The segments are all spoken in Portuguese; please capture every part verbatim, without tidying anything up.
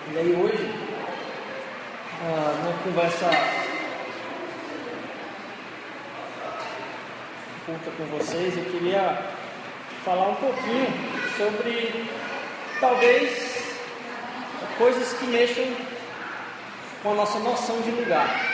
E aí hoje, ah, numa conversa curta com vocês, eu queria falar um pouquinho sobre, talvez, coisas que mexam com a nossa noção de lugar.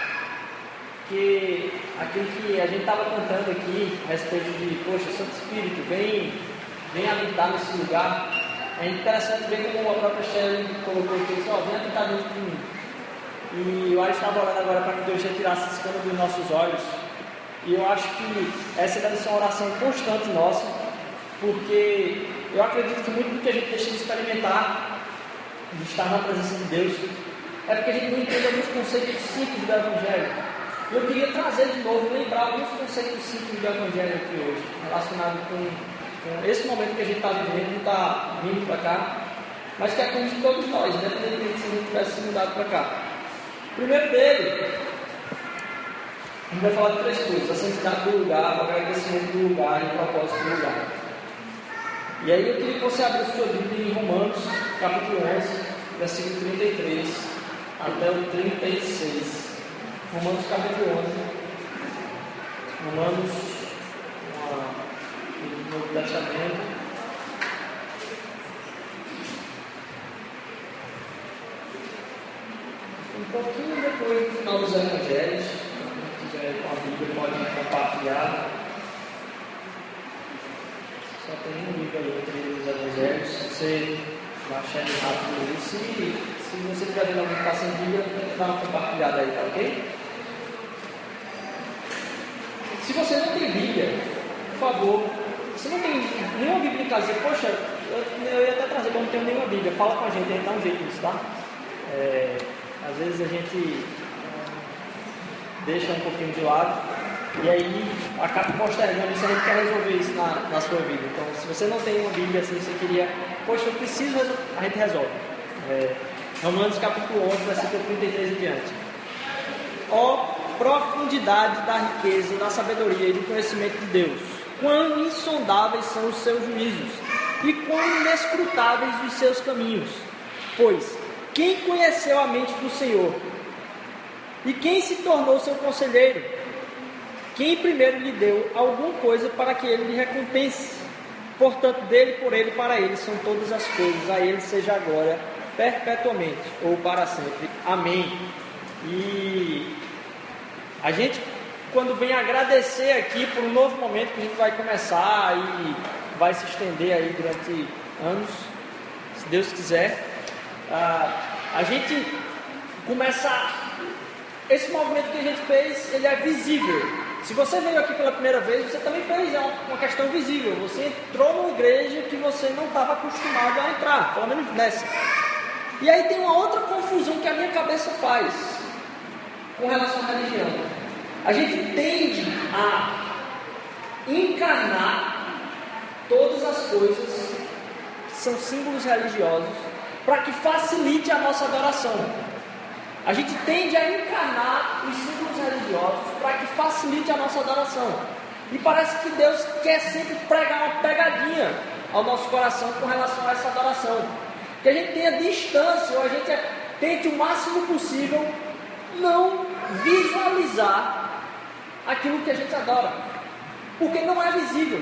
Que aquilo que a gente estava cantando aqui a respeito de, poxa, Santo Espírito, vem, vem habitar nesse lugar. É interessante ver como a própria Shelley colocou aqui, ó, vem habitar dentro de mim. E eu estava orando agora para que Deus retirasse esse escândalo dos nossos olhos. E eu acho que essa deve ser uma oração constante nossa, porque eu acredito que muito do que a gente deixa de experimentar, de estar na presença de Deus, é porque a gente não entende alguns conceitos simples do Evangelho. Eu queria trazer de novo, lembrar alguns conceitos simples do Evangelho aqui hoje, relacionados com, com esse momento que a gente está vivendo, não está vindo para cá, mas que é como de todos nós, independentemente se a gente tivesse se mudado para cá. O primeiro dele, a gente vai falar de três coisas: a santidade do lugar, o agradecimento do lugar e o propósito do lugar. E aí eu queria que você abrisse sua Bíblia em Romanos, capítulo onze, versículo trinta e três até o trinta e seis. Romanos capítulo onze, Romanos, no Novo Testamento, um pouquinho depois do final dos Evangelhos. Quem quiser ir com a Bíblia pode compartilhar. Só tem um livro aí entre os Evangelhos. Se você baixar ele rápido, e se, se você estiver vendo alguém que está sem Bíblia, dá uma compartilhada aí, tá ok? Se você não tem Bíblia, por favor, se não tem nenhuma Bíblia em casa, poxa, eu, eu ia até trazer, mas não tenho nenhuma Bíblia, fala com a gente, a gente dá um jeito nisso, tá? É, às vezes a gente deixa um pouquinho de lado e aí acaba postergando isso, a gente quer resolver isso na, na sua vida. Então, se você não tem uma Bíblia assim, você queria, poxa, eu preciso resolver, a gente resolve. É, Romanos capítulo onze, versículo trinta e três em diante. Ó profundidade da riqueza, da sabedoria e do conhecimento de Deus, quão insondáveis são os seus juízos e quão inescrutáveis os seus caminhos. Pois quem conheceu a mente do Senhor? E quem se tornou seu conselheiro? Quem primeiro lhe deu alguma coisa para que ele lhe recompense? Portanto, dele, por ele, para ele são todas as coisas. A ele seja a glória perpetuamente ou para sempre. Amém. E a gente, quando vem agradecer aqui por um novo momento que a gente vai começar e vai se estender aí durante anos, se Deus quiser, a, a gente começa. Esse movimento que a gente fez, ele é visível. Se você veio aqui pela primeira vez, você também fez, é uma questão visível. Você entrou numa igreja que você não estava acostumado a entrar, pelo menos nessa. E aí tem uma outra confusão que a minha cabeça faz com relação à religião. A gente tende a encarnar todas as coisas que são símbolos religiosos para que facilite a nossa adoração. A gente tende a encarnar os símbolos religiosos para que facilite a nossa adoração. E parece que Deus quer sempre pregar uma pegadinha ao nosso coração com relação a essa adoração. Que a gente tenha distância, ou a gente tente o máximo possível não visualizar aquilo que a gente adora, porque não é visível.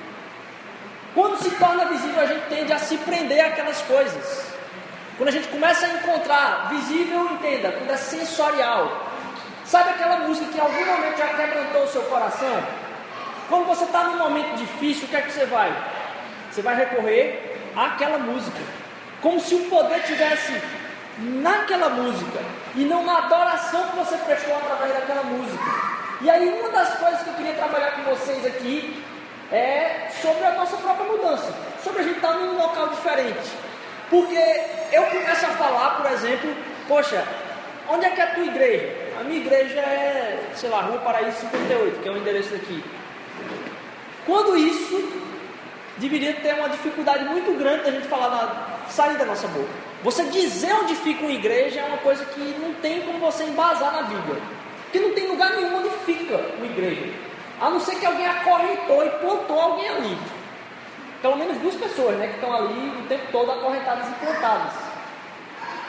Quando se torna visível, a gente tende a se prender àquelas coisas. Quando a gente começa a encontrar visível, entenda, quando é sensorial. Sabe aquela música que em algum momento já quebrantou o seu coração? Quando você está num momento difícil, o que é que você vai? Você vai recorrer àquela música, como se o poder tivesse naquela música e não na adoração que você prestou através daquela música. E aí uma das coisas que eu queria trabalhar com vocês aqui é sobre a nossa própria mudança, sobre a gente estar num local diferente. Porque eu começo a falar, por exemplo, poxa, onde é que é a tua igreja? A minha igreja é, sei lá, Rua Paraíso cinquenta e oito, que é o endereço daqui. Quando isso deveria ter uma dificuldade muito grande da gente falar, na, sair da nossa boca. Você dizer onde fica uma igreja é uma coisa que não tem como você embasar na Bíblia. Porque não tem lugar nenhum onde fica uma igreja. A não ser que alguém acorrentou e plantou alguém ali. Pelo menos duas pessoas, né, que estão ali o tempo todo acorrentadas e plantadas.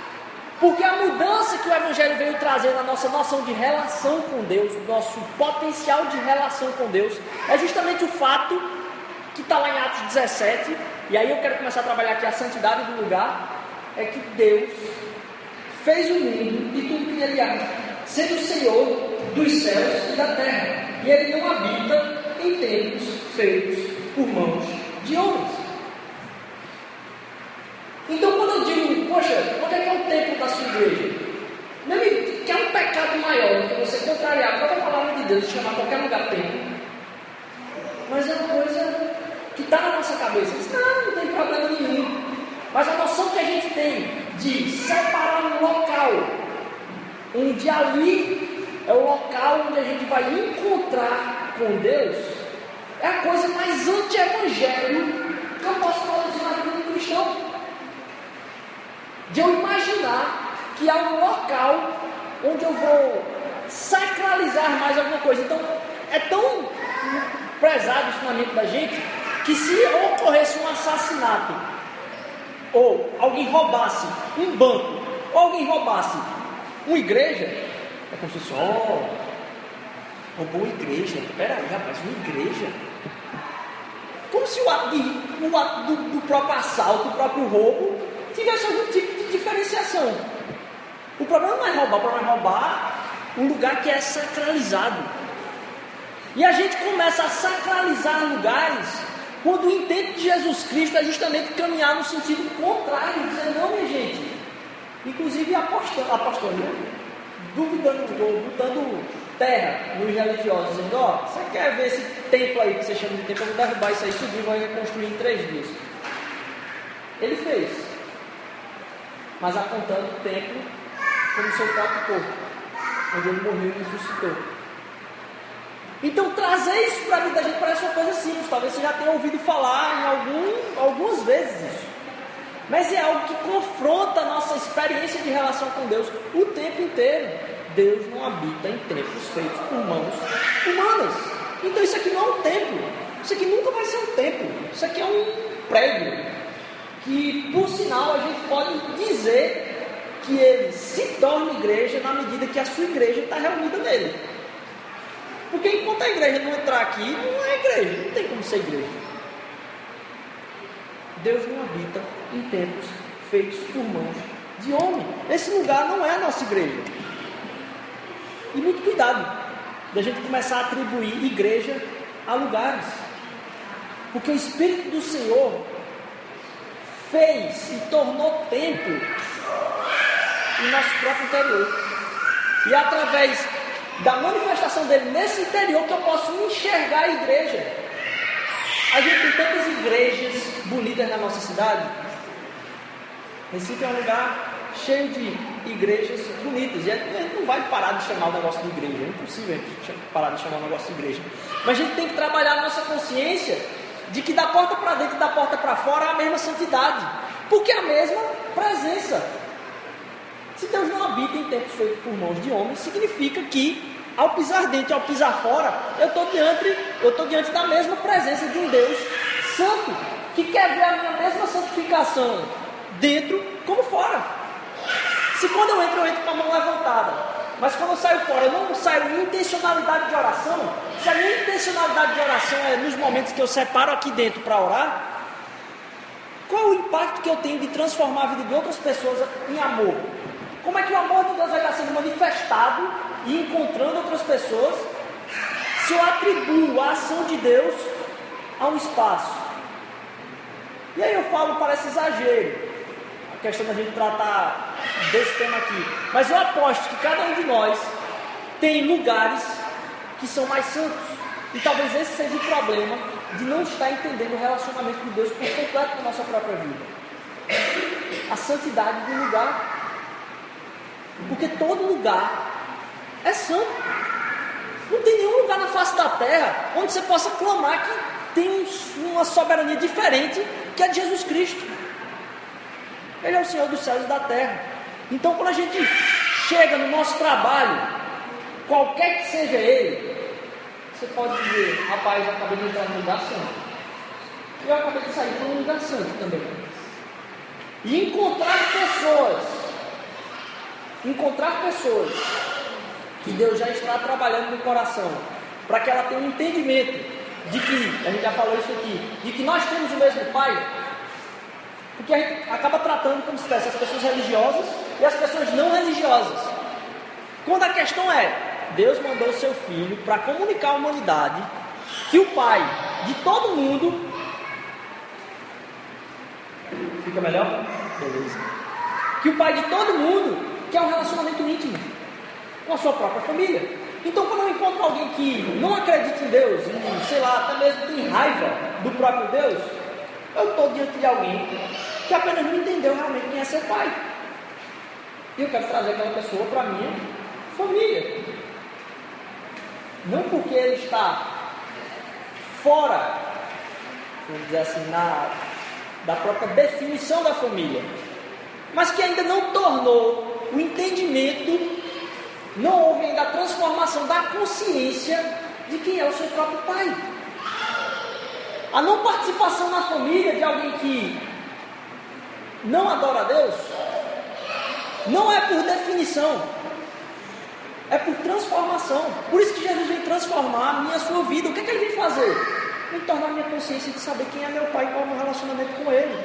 Porque a mudança que o Evangelho veio trazer na nossa noção de relação com Deus, nosso potencial de relação com Deus, é justamente o fato que está lá em Atos dezessete, e aí eu quero começar a trabalhar aqui a santidade do lugar, é que Deus fez o mundo e tudo que nele há, sendo o Senhor dos céus e da terra, e Ele não habita em templos feitos por mãos de homens. Então, quando eu digo, poxa, onde é que é o templo da sua igreja? Meu amigo, que é um pecado maior do que você contrariar toda a palavra de Deus e chamar qualquer lugar templo. Mas é uma coisa que está na nossa cabeça. Diz, não, não tem problema nenhum. Mas a noção que a gente tem de separar um local, onde ali é o local onde a gente vai encontrar com Deus, é a coisa mais anti-evangelho que eu posso produzir na vida do cristão. De eu imaginar que há um local onde eu vou sacralizar mais alguma coisa. Então, é tão prezado isso na mente da gente, que se ocorresse um assassinato, ou alguém roubasse um banco, ou alguém roubasse uma igreja, é como se fosse, ó, roubou uma igreja, peraí rapaz, uma igreja? Como se o ato, de, o ato do, do próprio assalto, do próprio roubo, tivesse algum tipo de diferenciação. O problema não é roubar, o problema é roubar um lugar que é sacralizado. E a gente começa a sacralizar lugares quando o intento de Jesus Cristo é justamente caminhar no sentido contrário, dizer, não, minha gente, inclusive apostando, apostando duvidando, botando terra nos religiosos, dizendo, ó, oh, você quer ver esse templo aí que você chama de templo, eu vou derrubar isso aí, subir e vai reconstruir em três dias. Ele fez, mas apontando o templo como seu próprio corpo, onde ele morreu e ressuscitou. Então trazer isso para a vida da gente parece uma coisa simples, talvez você já tenha ouvido falar em algum, algumas vezes isso, mas é algo que confronta a nossa experiência de relação com Deus o tempo inteiro. Deus não habita em templos feitos por mãos humanas. Então isso aqui não é um templo, isso aqui nunca vai ser um templo, isso aqui é um prédio, que por sinal a gente pode dizer que ele se torna igreja na medida que a sua igreja está reunida nele. Porque enquanto a igreja não entrar aqui, não é igreja, não tem como ser igreja. Deus não habita em templos feitos por mãos de homem. Esse lugar não é a nossa igreja. E muito cuidado da gente começar a atribuir igreja a lugares. Porque o Espírito do Senhor fez e tornou templo o nosso próprio interior. E através da manifestação dele nesse interior que eu posso enxergar a igreja. A gente tem tantas igrejas bonitas na nossa cidade. Recife é um lugar cheio de igrejas bonitas. E a gente não vai parar de chamar o negócio de igreja. É impossível a gente parar de chamar o negócio de igreja. Mas a gente tem que trabalhar a nossa consciência de que da porta para dentro e da porta para fora é a mesma santidade. Porque é a mesma presença. Se Deus não habita em templos feitos por mãos de homens, significa que ao pisar dentro e ao pisar fora, eu estou diante, eu estou diante da mesma presença de um Deus santo, que quer ver a minha mesma santificação dentro como fora. Se quando eu entro, eu entro com a mão levantada, mas quando eu saio fora, eu não saio em intencionalidade de oração. Se a minha intencionalidade de oração é nos momentos que eu separo aqui dentro para orar, qual é o impacto que eu tenho de transformar a vida de outras pessoas em amor? Como é que o amor de Deus vai estar sendo manifestado e encontrando outras pessoas se eu atribuo a ação de Deus a um espaço? E aí eu falo, parece exagero a questão da gente tratar desse tema aqui, mas eu aposto que cada um de nós tem lugares que são mais santos, e talvez esse seja o problema de não estar entendendo o relacionamento de Deus por completo na nossa própria vida. A santidade do lugar. Porque todo lugar é santo. Não tem nenhum lugar na face da terra onde você possa clamar que tem um, uma soberania diferente que a de Jesus Cristo. Ele é o Senhor dos céus e da terra. Então quando a gente chega no nosso trabalho, qualquer que seja ele, você pode dizer, rapaz, eu acabei de entrar no lugar santo. Eu acabei de sair para um lugar santo também. E encontrar pessoas encontrar pessoas que Deus já está trabalhando no coração, para que ela tenha um entendimento de que, a gente já falou isso aqui, de que nós temos o mesmo Pai, porque a gente acaba tratando como se fossem as pessoas religiosas e as pessoas não religiosas. Quando a questão é, Deus mandou o seu Filho para comunicar à humanidade que o Pai de todo mundo... Fica melhor? Beleza. Que o Pai de todo mundo quer um relacionamento íntimo com a sua própria família. Então, quando eu encontro alguém que não acredita em Deus, e, sei lá, até mesmo tem raiva do próprio Deus, eu estou diante de alguém que apenas não entendeu realmente quem é seu Pai. E eu quero trazer aquela pessoa para a minha família. Não porque ele está fora, vamos dizer assim, na, da própria definição da família, mas que ainda não tornou o entendimento, não houve ainda a transformação da consciência de quem é o seu próprio Pai. A não participação na família de alguém que não adora a Deus, não é por definição, é por transformação. Por isso que Jesus vem transformar a minha, a sua vida. O que é que ele vem fazer? Vem tornar a minha consciência de saber quem é meu Pai e qual é o meu relacionamento com Ele.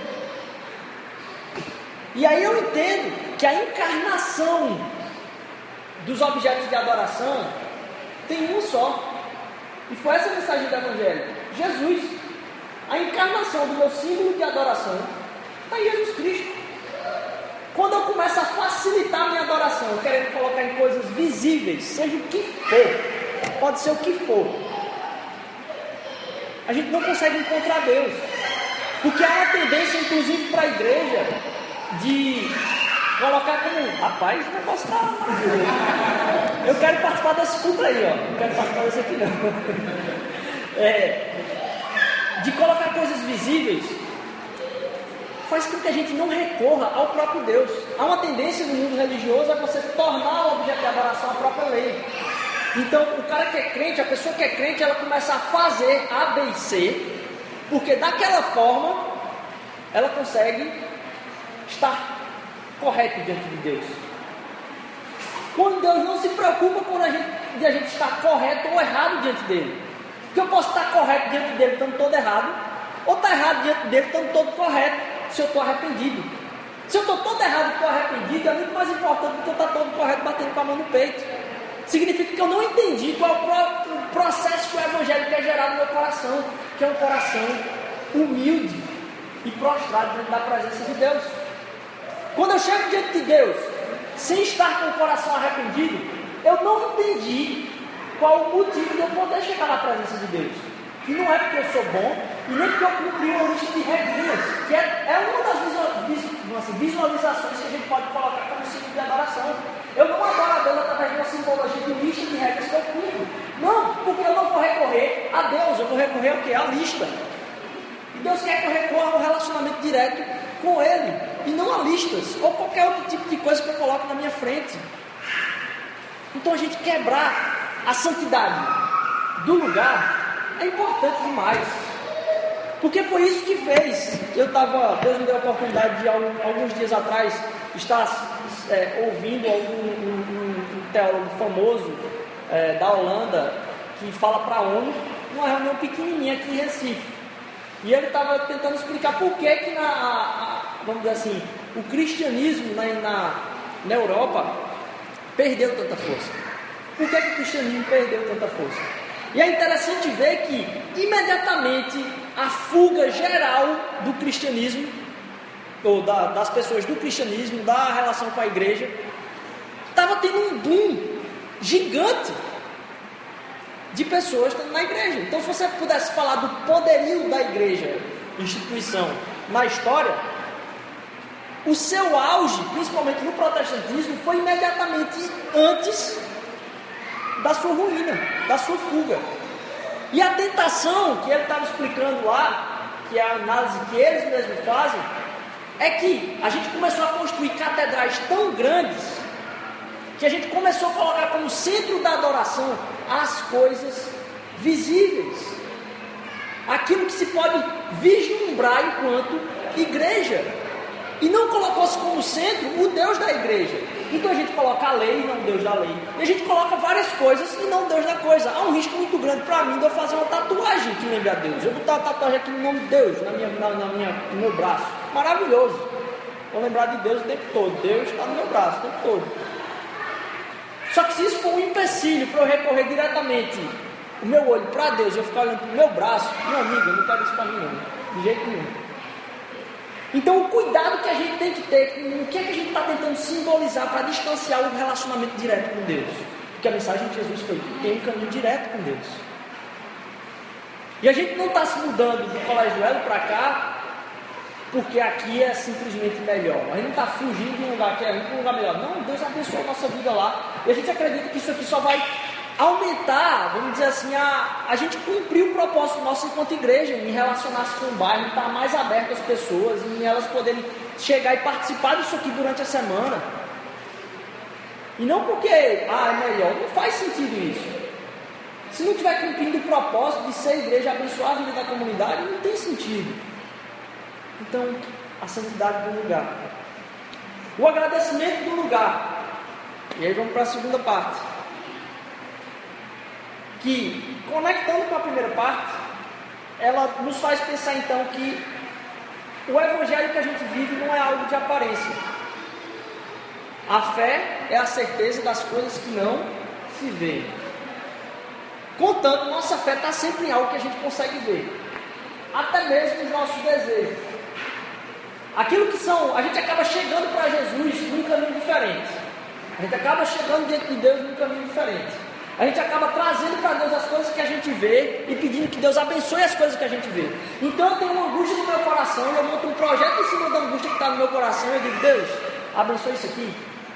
E aí eu entendo que a encarnação dos objetos de adoração tem um só. E foi essa a mensagem do Evangelho. Jesus. A encarnação do meu símbolo de adoração está em Jesus Cristo. Quando eu começo a facilitar a minha adoração, querendo colocar em coisas visíveis, seja o que for, pode ser o que for, a gente não consegue encontrar Deus. Porque há uma tendência, inclusive para a igreja, de colocar como, rapaz, o negócio está maravilhoso. Eu quero participar desse culto aí, ó. Não quero participar desse aqui não. É, de colocar coisas visíveis faz com que a gente não recorra ao próprio Deus. Há uma tendência no mundo religioso a você tornar o objeto de adoração a própria lei. Então, o cara que é crente, a pessoa que é crente, ela começa a fazer A, B e C, porque daquela forma ela consegue estar correto diante de Deus. Quando Deus não se preocupa com a gente, de a gente estar correto ou errado diante dele. Porque eu posso estar correto diante dele estando todo errado, ou estar errado diante dele estando todo correto, se eu estou arrependido. Se eu estou todo errado e estou arrependido, é muito mais importante do que eu estar todo correto batendo com a mão no peito. Significa que eu não entendi qual é o processo que o Evangelho quer gerar no meu coração, que é um coração humilde e prostrado diante da presença de Deus. Quando eu chego diante de Deus, sem estar com o coração arrependido, eu não entendi qual o motivo de eu poder chegar na presença de Deus. E não é porque eu sou bom, e nem porque eu cumpri uma lista de regrinhas, que é, é uma das visual, assim, visualizações que a gente pode colocar como símbolo de adoração. Eu não adoro a Deus através de uma simbologia de lista de regras que eu cumpro. Não, porque eu não vou recorrer a Deus, eu vou recorrer ao quê? À lista. E Deus quer que eu recorra a um relacionamento direto com Ele, e não a listas, ou qualquer outro tipo de coisa que eu coloco na minha frente. Então a gente quebrar a santidade do lugar é importante demais. Porque foi isso que fez. Eu estava, Deus me deu a oportunidade de alguns dias atrás estar é, ouvindo algum, um, um, um teólogo famoso é, da Holanda que fala para a ONU numa reunião pequenininha aqui em Recife. E ele estava tentando explicar por que que na, a, vamos dizer assim, o cristianismo na, na, na Europa perdeu tanta força. Por que que o cristianismo perdeu tanta força? E é interessante ver que imediatamente a fuga geral do cristianismo, ou da, das pessoas do cristianismo, da relação com a igreja, estava tendo um boom gigante de pessoas na igreja. Então, se você pudesse falar do poderio da igreja, instituição, na história, o seu auge, principalmente no protestantismo, foi imediatamente antes da sua ruína, da sua fuga. E a tentação que ele estava explicando lá, que é a análise que eles mesmos fazem, é que a gente começou a construir catedrais tão grandes que a gente começou a colocar como centro da adoração as coisas visíveis, aquilo que se pode vislumbrar enquanto igreja. e não colocou-se como centro o Deus da igreja. Então a gente coloca a lei e não o Deus da lei. E a gente coloca várias coisas e não o Deus da coisa. Há um risco muito grande para mim de eu fazer uma tatuagem que lembre a Deus. Eu botar uma tatuagem aqui no nome de Deus, na minha, na, na minha, no meu braço. Maravilhoso. Vou lembrar de Deus o tempo todo. Deus está no meu braço o tempo todo. Só que se isso for um empecilho para eu recorrer diretamente o meu olho para Deus e eu ficar olhando para o meu braço, meu amigo, eu não quero isso para mim não. De jeito nenhum. Então o cuidado que a gente tem que ter com o que, é que a gente está tentando simbolizar para distanciar o relacionamento direto com Deus. Porque a mensagem de Jesus foi: tem um caminho direto com Deus. E a gente não está se mudando do Colégio Elo para cá porque aqui é simplesmente melhor. A gente não está fugindo de um lugar que é ruim para um lugar melhor. Não, Deus abençoou a nossa vida lá. E a gente acredita que isso aqui só vai aumentar, vamos dizer assim, a, a gente cumprir o propósito nosso enquanto igreja, em relacionar-se com o bairro, em estar mais aberto às pessoas, em elas poderem chegar e participar disso aqui durante a semana. E não porque, ah, é melhor, não faz sentido isso. Se não estiver cumprindo o propósito de ser igreja, abençoar a vida da comunidade, não tem sentido. Então, a santidade do lugar. O agradecimento do lugar. E aí vamos para a segunda parte. Que, conectando com a primeira parte, ela nos faz pensar então que o evangelho que a gente vive não é algo de aparência. A fé é a certeza das coisas que não se vê. Contanto, nossa fé está sempre em algo que a gente consegue ver. Até mesmo os nossos desejos. Aquilo que são, a gente acaba chegando para Jesus num caminho diferente. A gente acaba chegando diante de Deus num caminho diferente. A gente acaba trazendo para Deus as coisas que a gente vê e pedindo que Deus abençoe as coisas que a gente vê. Então eu tenho uma angústia no meu coração e eu monto um projeto em cima da angústia que está no meu coração e eu digo: Deus, abençoe isso aqui.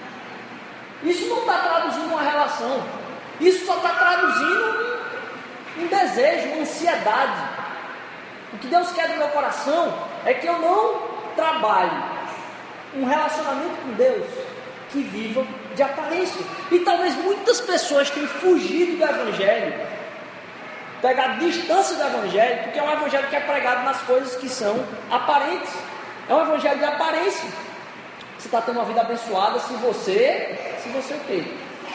Isso não está traduzindo uma relação. Isso só está traduzindo um, um desejo, uma ansiedade. O que Deus quer do meu coração é que eu não trabalhe um relacionamento com Deus que viva de aparência. E talvez muitas pessoas tenham fugido do Evangelho, pegado distância do Evangelho, porque é um Evangelho que é pregado nas coisas que são aparentes. É um Evangelho de aparência. Você está tendo uma vida abençoada se você, se você o quê?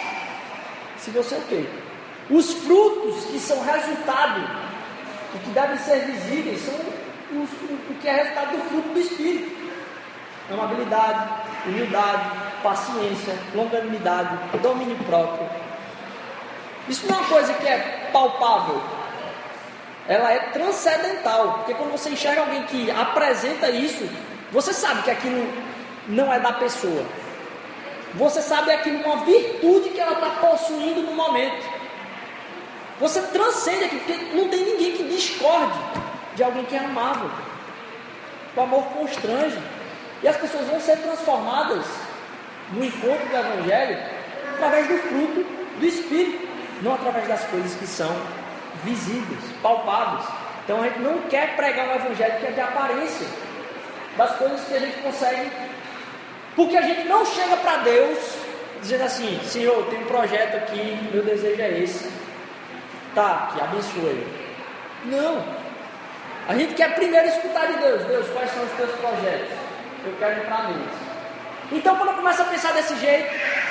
Se você o quê? Os frutos que são resultado e que devem ser visíveis são os, o que é resultado do fruto do Espírito. Amabilidade, humildade, paciência, longanimidade, domínio próprio. Isso não é uma coisa que é palpável. Ela é transcendental. Porque quando você enxerga alguém que apresenta isso, você sabe que aquilo não é da pessoa. Você sabe aquilo uma virtude que ela está possuindo no momento. Você transcende aquilo, porque não tem ninguém que discorde de alguém que é amável. O amor constrange. E as pessoas vão ser transformadas no encontro do Evangelho através do fruto do Espírito, não através das coisas que são visíveis, palpáveis. Então a gente não quer pregar um Evangelho que é de aparência, das coisas que a gente consegue, porque a gente não chega para Deus dizendo assim: Senhor, tem um projeto aqui, meu desejo é esse, tá, que abençoe. Não, a gente quer primeiro escutar de Deus. Deus, quais são os teus projetos? Eu quero entrar neles. Então quando eu começo a pensar desse jeito,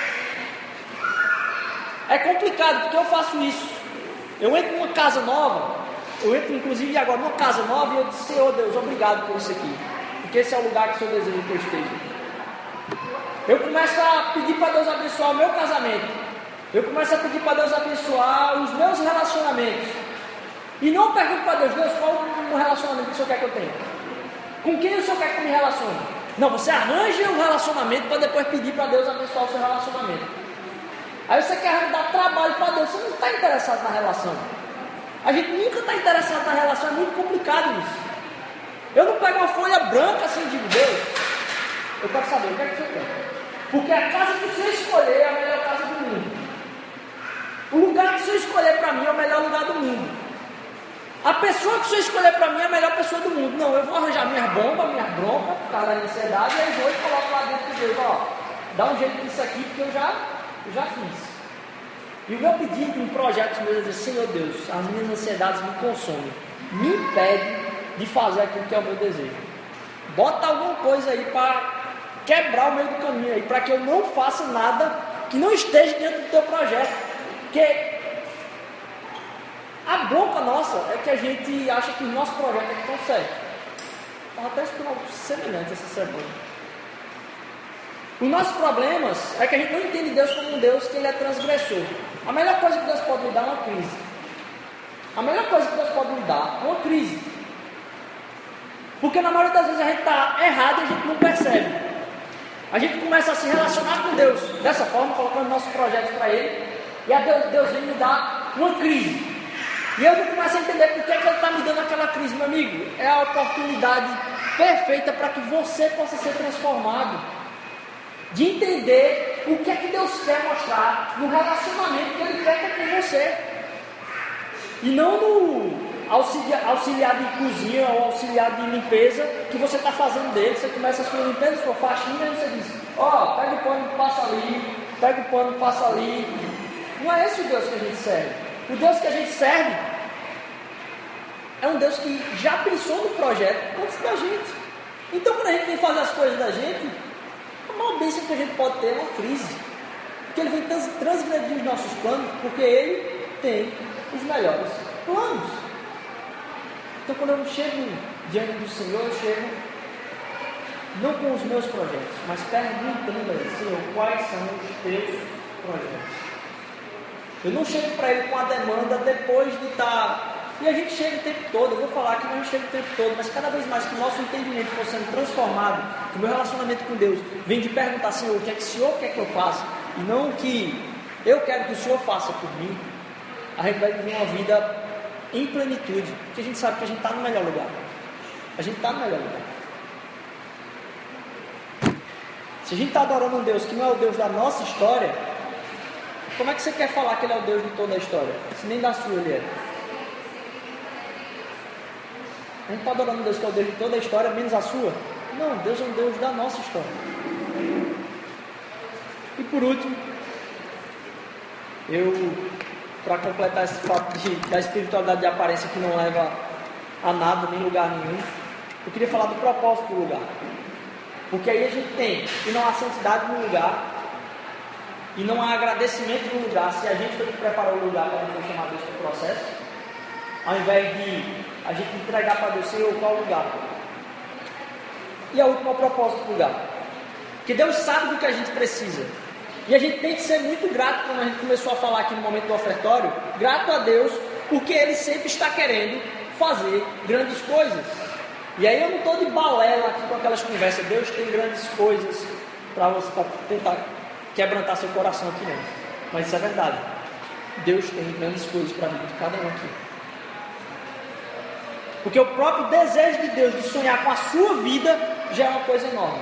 é complicado, porque eu faço isso. Eu entro numa casa nova, eu entro inclusive agora numa casa nova e eu disse: Senhor Deus, obrigado por isso aqui, porque esse é o lugar que o Senhor deseja que eu esteja. Eu começo a pedir para Deus abençoar o meu casamento. Eu começo a pedir para Deus abençoar os meus relacionamentos. E não pergunto para Deus: Deus, qual o relacionamento que o Senhor quer que eu tenha? Com quem o Senhor quer que eu me relacione? Não, você arranja um relacionamento para depois pedir para Deus abençoar o seu relacionamento. Aí você quer dar trabalho para Deus, você não está interessado na relação. A gente nunca está interessado na relação, é muito complicado isso. Eu não pego uma folha branca assim e digo: Deus, eu quero saber o que é que o Senhor quer. Porque a casa que o Senhor escolher é a melhor casa do mundo. O lugar que o Senhor escolher para mim é o melhor lugar do mundo. A pessoa que o Senhor escolher para mim é a melhor pessoa do mundo. Não, eu vou arranjar minhas bombas, minhas broncas, por causa da ansiedade, e aí vou e coloco lá dentro de Deus: ó, dá um jeito nisso aqui, porque eu já, eu já fiz. E o meu pedido em projetos meus é dizer: Senhor Deus, as minhas ansiedades me consomem, me impede de fazer aquilo que é o meu desejo. Bota alguma coisa aí para quebrar o meio do caminho aí, para que eu não faça nada que não esteja dentro do teu projeto. Porque a bronca nossa é que a gente acha que o nosso projeto é que estão certo. Estava até estudando algo semelhante essa semana. Os nossos problemas é que a gente não entende Deus como um Deus que ele é transgressor. A melhor coisa que Deus pode me dar é uma crise. A melhor coisa que Deus pode me dar é uma crise. Porque na maioria das vezes a gente está errado e a gente não percebe. A gente começa a se relacionar com Deus dessa forma, colocando nossos projetos para Ele, e a Deus, Deus vem me dar uma crise. E eu não começo a entender por que, é que Ele está me dando aquela crise, meu amigo. É a oportunidade perfeita para que você possa ser transformado. De entender o que é que Deus quer mostrar no relacionamento que Ele quer ter com você. E não no auxiliar, auxiliar de cozinha ou auxiliar de limpeza que você está fazendo dele. Você começa a sua limpeza, sua faxina, e você diz, ó, oh, pega o pano, passa ali, pega o pano, passa ali. Não é esse o Deus que a gente serve. O Deus que a gente serve é um Deus que já pensou no projeto antes da gente. Então, quando a gente vem fazer as coisas da gente, a maior bênção que a gente pode ter é uma crise. Porque Ele vem trans, transgredir os nossos planos, porque Ele tem os melhores planos. Então, quando eu chego diante do Senhor, eu chego não com os meus projetos, mas perguntando a Ele, Senhor, quais são os teus projetos? Eu não chego para Ele com a demanda depois de estar... E a gente chega o tempo todo, eu vou falar que a gente chega o tempo todo, mas cada vez mais que o nosso entendimento for sendo transformado, que o meu relacionamento com Deus vem de perguntar, Senhor, o que é que o Senhor quer que eu faça? E não o que eu quero que o Senhor faça por mim. A gente vai viver uma vida em plenitude, porque a gente sabe que a gente está no melhor lugar. A gente está no melhor lugar. Se a gente está adorando um Deus que não é o Deus da nossa história, como é que você quer falar que Ele é o Deus de toda a história? Se nem da sua Ele é. A gente está adorando um Deus que é o Deus de toda a história, menos a sua? Não, Deus é um Deus da nossa história. E por último, eu, para completar esse fato de, da espiritualidade de aparência que não leva a nada, nem lugar nenhum, eu queria falar do propósito do lugar. Porque aí a gente tem que não há santidade no lugar, e não há agradecimento no lugar, se a gente foi que preparou o lugar para não chamar Deus para o processo, ao invés de a gente entregar para Deus, Senhor, qual lugar? E a última, o propósito do lugar. Porque Deus sabe do que a gente precisa. E a gente tem que ser muito grato, como a gente começou a falar aqui no momento do ofertório, grato a Deus, porque Ele sempre está querendo fazer grandes coisas. E aí eu não estou de balela aqui com aquelas conversas, Deus tem grandes coisas para você, para tentar quebrantar seu coração aqui não. Mas isso é verdade. Deus tem grandes coisas para a vida de cada um aqui. Porque o próprio desejo de Deus de sonhar com a sua vida já é uma coisa enorme.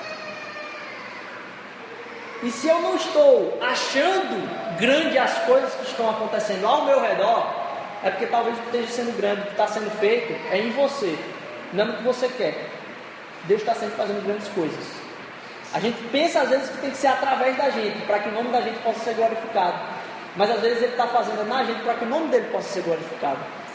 E se eu não estou achando grande as coisas que estão acontecendo ao meu redor, é porque talvez o que esteja sendo grande, o que está sendo feito, é em você, não no que você quer. Deus está sempre fazendo grandes coisas. A gente pensa às vezes que tem que ser através da gente, para que o nome da gente possa ser glorificado. Mas às vezes Ele está fazendo na gente para que o nome dele possa ser glorificado.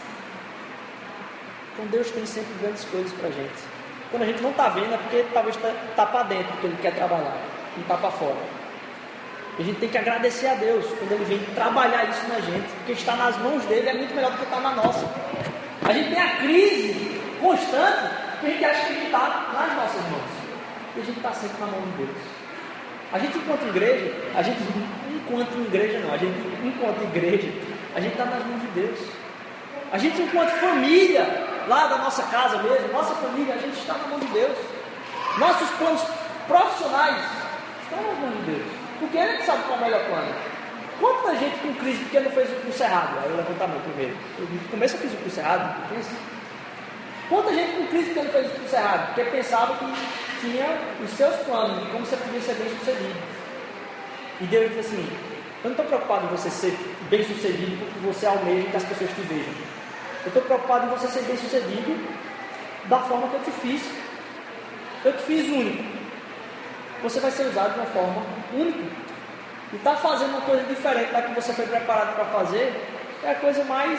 Então Deus tem sempre grandes coisas para a gente. Quando a gente não está vendo é porque talvez está tá para dentro que Ele quer trabalhar, não está para fora. E a gente tem que agradecer a Deus quando Ele vem trabalhar isso na gente, porque estar nas mãos dele é muito melhor do que estar na nossa. A gente tem a crise constante que a gente acha que a gente está nas nossas mãos. E a gente está sempre na mão de Deus. A gente enquanto igreja, a gente enquanto igreja não, a gente enquanto igreja, a gente está nas mãos de Deus. A gente enquanto família, lá da nossa casa mesmo, nossa família, a gente está na mão de Deus. Nossos planos profissionais estão nas mãos de Deus. Porque Ele é que sabe qual é o melhor plano. Quanta gente com crise porque não fez o curso errado? Aí eu levanto a mão primeiro. No começo eu fiz o curso errado. Quanta gente com crise porque não fez o curso errado? Porque pensava que tinha os seus planos de como você podia ser bem sucedido. E Deus disse assim, eu não estou preocupado em você ser bem sucedido porque você almeja que as pessoas te vejam. Eu estou preocupado em você ser bem sucedido da forma que eu te fiz. Eu te fiz único. Você vai ser usado de uma forma única. E estar tá fazendo uma coisa diferente da que você foi preparado para fazer é a coisa mais,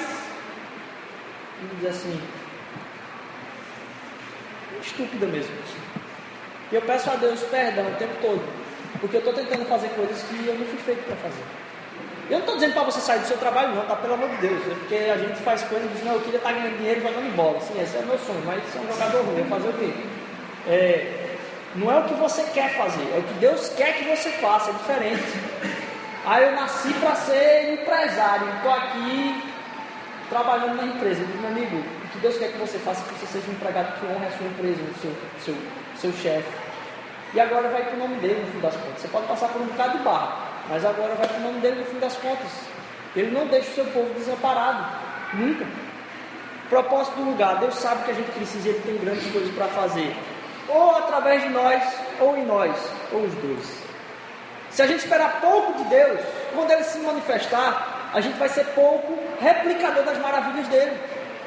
vamos dizer assim, estúpida mesmo. E eu peço a Deus perdão o tempo todo, porque eu estou tentando fazer coisas que eu não fui feito para fazer. Eu não estou dizendo para você sair do seu trabalho não, tá? Pelo amor de Deus, é porque a gente faz coisas e diz, não, eu queria estar ganhando dinheiro jogando bola. Sim, esse é o meu sonho, mas você é um jogador ruim, vai fazer o quê? É, não é o que você quer fazer, é o que Deus quer que você faça, é diferente. Ah, eu nasci para ser empresário, estou aqui trabalhando na empresa. Eu digo, meu amigo, o que Deus quer que você faça é que você seja um empregado que honre a sua empresa, o seu, seu, seu chefe. E agora vai para o nome dele no fim das contas. Você pode passar por um bocado de barra, mas agora vai para o nome dele no fim das contas. Ele não deixa o seu povo desamparado, nunca. Propósito do lugar, Deus sabe que a gente precisa, Ele tem grandes coisas para fazer, ou através de nós, ou em nós, ou os dois. Se a gente esperar pouco de Deus, quando Ele se manifestar, a gente vai ser pouco replicador das maravilhas dele.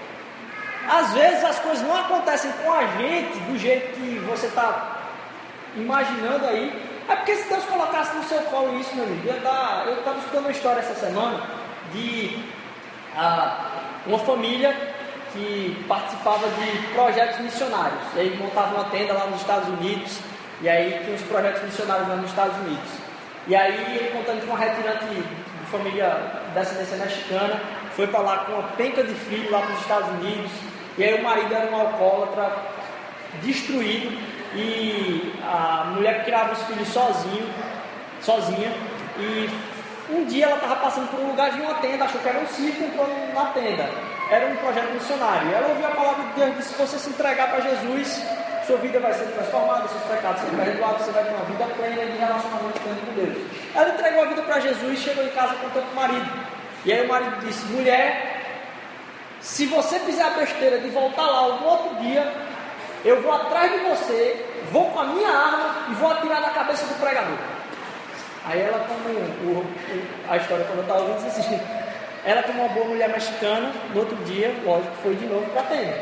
Às vezes as coisas não acontecem com a gente do jeito que você está imaginando aí. É porque se Deus colocasse no seu colo isso, meu amigo, ia dar... Eu estava escutando uma história essa semana de ah, uma família que participava de projetos missionários. E aí montava uma tenda lá nos Estados Unidos, e aí tinha os projetos missionários lá nos Estados Unidos. E aí ele contando que uma retirante de família de descendência mexicana foi para lá com uma penca de filho lá para os Estados Unidos, e aí o marido era um alcoólatra destruído, e a mulher criava os filhos sozinho, sozinha, e um dia ela estava passando por um lugar, viu uma tenda, achou que era um circo, entrou na tenda, era um projeto missionário. Ela ouviu a palavra de Deus, disse: se você se entregar para Jesus, sua vida vai ser transformada, seus pecados serão perdoados, você vai ter uma vida plena de relacionamento pleno com Deus. Ela entregou a vida para Jesus, chegou em casa contando com o marido, e aí o marido disse: mulher, se você fizer a besteira de voltar lá algum outro dia, eu vou atrás de você, vou com a minha arma e vou atirar na cabeça do pregador. Aí ela, como o, o, a história quando eu estava ouvindo, disse assim, ela, como uma boa mulher mexicana, no outro dia, lógico, foi de novo para a tenda.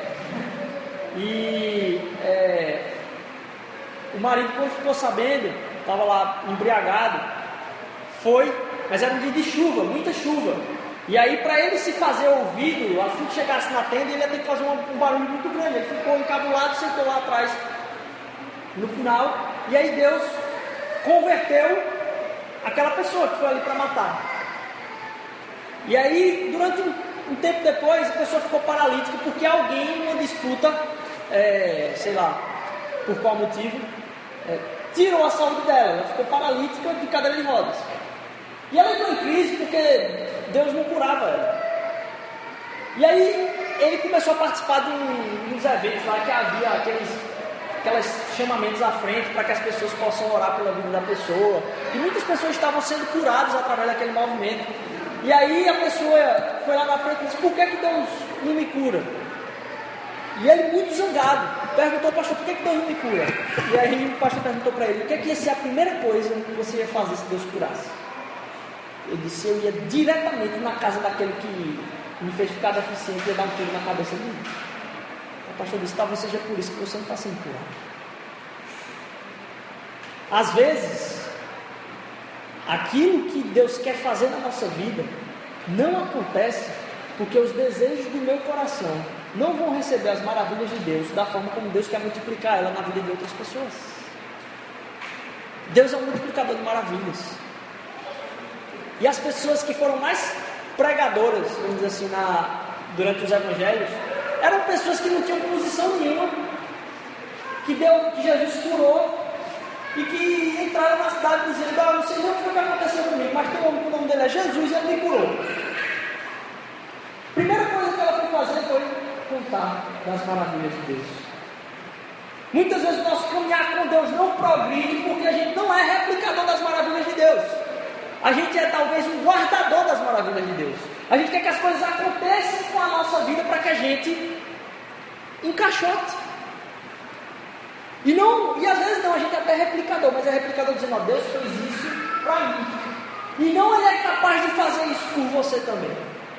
E é, o marido, quando ficou sabendo, estava lá embriagado, foi, mas era um dia de chuva, muita chuva. E aí, para ele se fazer ouvido, assim que chegasse na tenda, ele ia ter que fazer um, um barulho muito grande. Ele ficou encabulado, sentou lá atrás, no final, e aí Deus converteu aquela pessoa que foi ali para matar. E aí, durante um, um tempo depois, a pessoa ficou paralítica, porque alguém, numa disputa, é, sei lá, por qual motivo, é, tirou a saúde dela. Ela ficou paralítica de cadeira de rodas. E ela entrou em crise porque Deus não curava ela. E aí ele começou a participar de um, uns eventos lá que havia aqueles, aqueles chamamentos à frente para que as pessoas possam orar pela vida da pessoa. E muitas pessoas estavam sendo curadas através daquele movimento. E aí a pessoa foi lá na frente e disse: por que, que Deus não me cura? E ele, muito zangado, perguntou ao pastor: por que, que Deus não me cura? E aí o pastor perguntou para ele: o que, é que ia ser a primeira coisa que você ia fazer se Deus curasse? Ele disse: eu ia diretamente na casa daquele que me fez ficar deficiente e ia dar um tiro na cabeça dele. O pastor disse: talvez seja por isso que você não está sendo curado. Às vezes, aquilo que Deus quer fazer na nossa vida não acontece porque os desejos do meu coração não vão receber as maravilhas de Deus da forma como Deus quer multiplicar ela na vida de outras pessoas. Deus é um multiplicador de maravilhas. E as pessoas que foram mais pregadoras, vamos dizer assim, na, durante os evangelhos, eram pessoas que não tinham posição nenhuma, que, Deus, que Jesus curou, e que entraram na cidade dizendo: ah, não sei nem o que aconteceu comigo, mas tem um homem que o nome dele é Jesus e ele me curou. A primeira coisa que ela foi fazer foi contar das maravilhas de Deus. Muitas vezes o nosso caminhar com Deus não progride porque a gente não é replicador das maravilhas de Deus. A gente é talvez um guardador das maravilhas de Deus. A gente quer que as coisas aconteçam com a nossa vida para que a gente encaixote. E, não, e às vezes não, a gente até é replicador, mas é replicador dizendo: ó, Deus fez isso para mim. E não Ele é capaz de fazer isso por você também.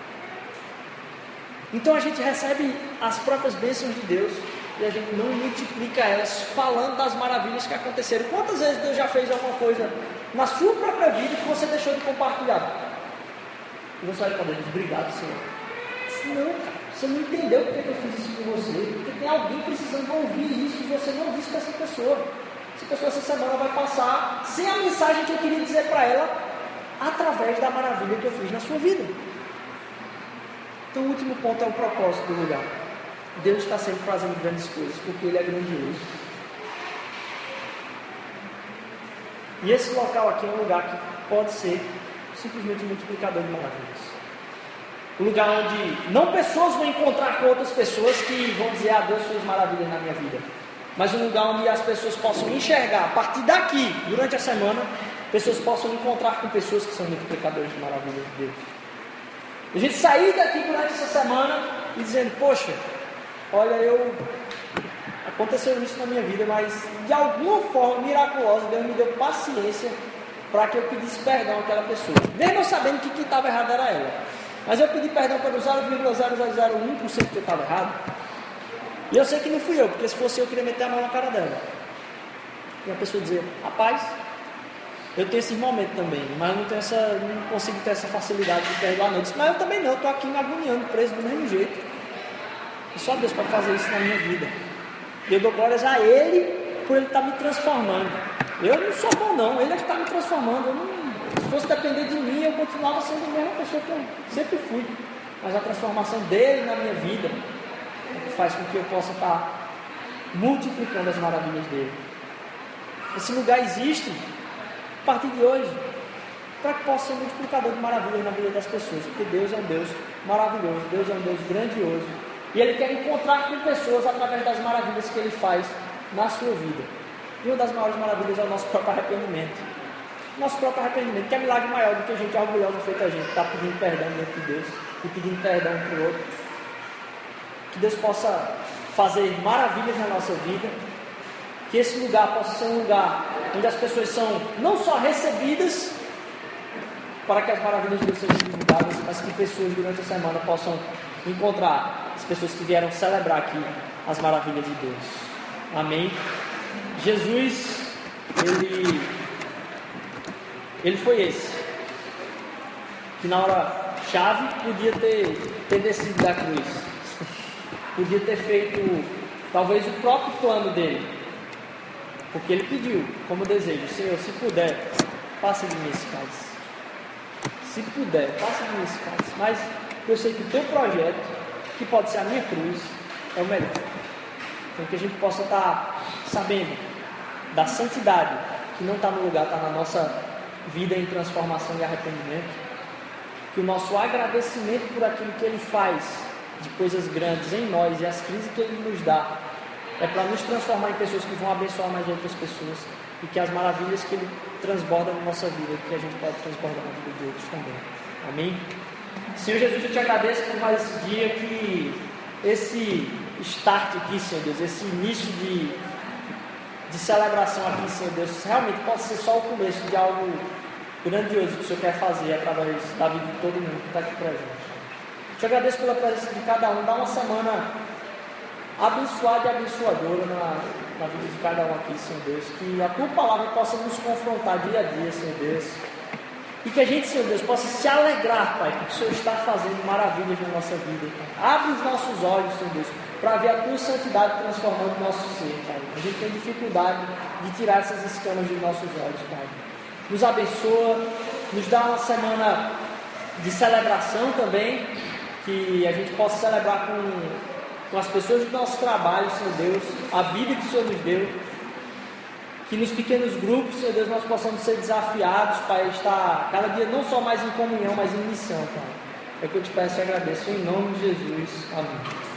Então a gente recebe as próprias bênçãos de Deus e a gente não multiplica elas falando das maravilhas que aconteceram. Quantas vezes Deus já fez alguma coisa na sua própria vida que você deixou de compartilhar? E você vai poder dizer: obrigado, Senhor. Não, cara, você não entendeu porque que eu fiz isso com você. Porque tem alguém precisando ouvir isso e você não disse para essa pessoa. essa pessoa essa semana vai passar sem a mensagem que eu queria dizer para ela, através da maravilha que eu fiz na sua vida. Então o último ponto é o propósito do lugar. Deus está sempre fazendo grandes coisas, porque Ele é grandioso. E esse local aqui é um lugar que pode ser simplesmente um multiplicador de maravilhas. Um lugar onde não pessoas vão encontrar com outras pessoas que vão dizer, ah, Deus fez maravilhas na minha vida. Mas um lugar onde as pessoas possam enxergar, a partir daqui, durante a semana, pessoas possam encontrar com pessoas que são multiplicadores de maravilhas de Deus. A gente sair daqui durante essa semana e dizendo, poxa, olha, eu... aconteceu isso na minha vida, mas de alguma forma miraculosa, Deus me deu paciência para que eu pedisse perdão àquela pessoa. Mesmo eu sabendo que quem estava errado era ela. Mas eu pedi perdão pelo zero vírgula zero zero zero um por cento que eu estava errado. E eu sei que não fui eu, porque se fosse eu, eu queria meter a mão na cara dela. E a pessoa dizia, rapaz, eu tenho esses momentos também, mas eu não, tenho essa, não consigo ter essa facilidade de perdoar não. Eu disse, mas eu também não, eu estou aqui me agoniando, preso do mesmo jeito. E só Deus pode fazer isso na minha vida. E eu dou glórias a Ele por Ele estar me transformando. Eu não sou bom não, Ele é que está me transformando. Eu não, se fosse depender de mim, eu continuava sendo a mesma pessoa que eu sempre fui. Mas a transformação dEle na minha vida é que faz com que eu possa estar multiplicando as maravilhas dEle. Esse lugar existe a partir de hoje para que possa ser um multiplicador de maravilhas na vida das pessoas. Porque Deus é um Deus maravilhoso, Deus é um Deus grandioso. E Ele quer encontrar com pessoas através das maravilhas que Ele faz na sua vida. E uma das maiores maravilhas é o nosso próprio arrependimento. Nosso próprio arrependimento, que é milagre maior do que a gente orgulhosa feita a gente, está pedindo perdão diante de Deus e pedindo perdão um para o outro. Que Deus possa fazer maravilhas na nossa vida. Que esse lugar possa ser um lugar onde as pessoas são não só recebidas para que as maravilhas de Deus sejam divulgadas, mas que pessoas durante a semana possam encontrar as pessoas que vieram celebrar aqui as maravilhas de Deus. Amém? Jesus, ele, ele foi esse, que na hora chave podia ter, ter descido da cruz, podia ter feito talvez o próprio plano dele, porque ele pediu como desejo, Senhor, se puder, passa de mim esse cálice. Se puder, passa de mim esse cálice. Mas eu sei que o teu projeto, que pode ser a minha cruz, é o melhor. Então que a gente possa estar sabendo da santidade que não está no lugar, está na nossa vida em transformação e arrependimento. Que o nosso agradecimento por aquilo que Ele faz de coisas grandes em nós e as crises que Ele nos dá é para nos transformar em pessoas que vão abençoar mais outras pessoas e que as maravilhas que Ele transborda na nossa vida, que a gente pode transbordar na vida de outros também. Amém? Senhor Jesus, eu te agradeço por mais esse dia, que esse start aqui, Senhor Deus, esse início de, de celebração aqui, Senhor Deus, realmente pode ser só o começo de algo grandioso que o Senhor quer fazer através da vida de todo mundo que está aqui presente. Te agradeço pela presença de cada um. Dá uma semana abençoada e abençoadora na, na vida de cada um aqui, Senhor Deus. Que a Tua palavra possa nos confrontar dia a dia, Senhor Deus. E que a gente, Senhor Deus, possa se alegrar, Pai, porque o Senhor está fazendo maravilhas na nossa vida, Pai. Abre os nossos olhos, Senhor Deus, para ver a Tua santidade transformando o nosso ser, Pai. A gente tem dificuldade de tirar essas escamas dos nossos olhos, Pai. Nos abençoa, nos dá uma semana de celebração também, que a gente possa celebrar com, com as pessoas do nosso trabalho, Senhor Deus, a vida que o Senhor nos deu. Que nos pequenos grupos, Senhor Deus, nós possamos ser desafiados para estar cada dia não só mais em comunhão, mas em missão, Pai. É o que eu te peço e agradeço em nome de Jesus. Amém.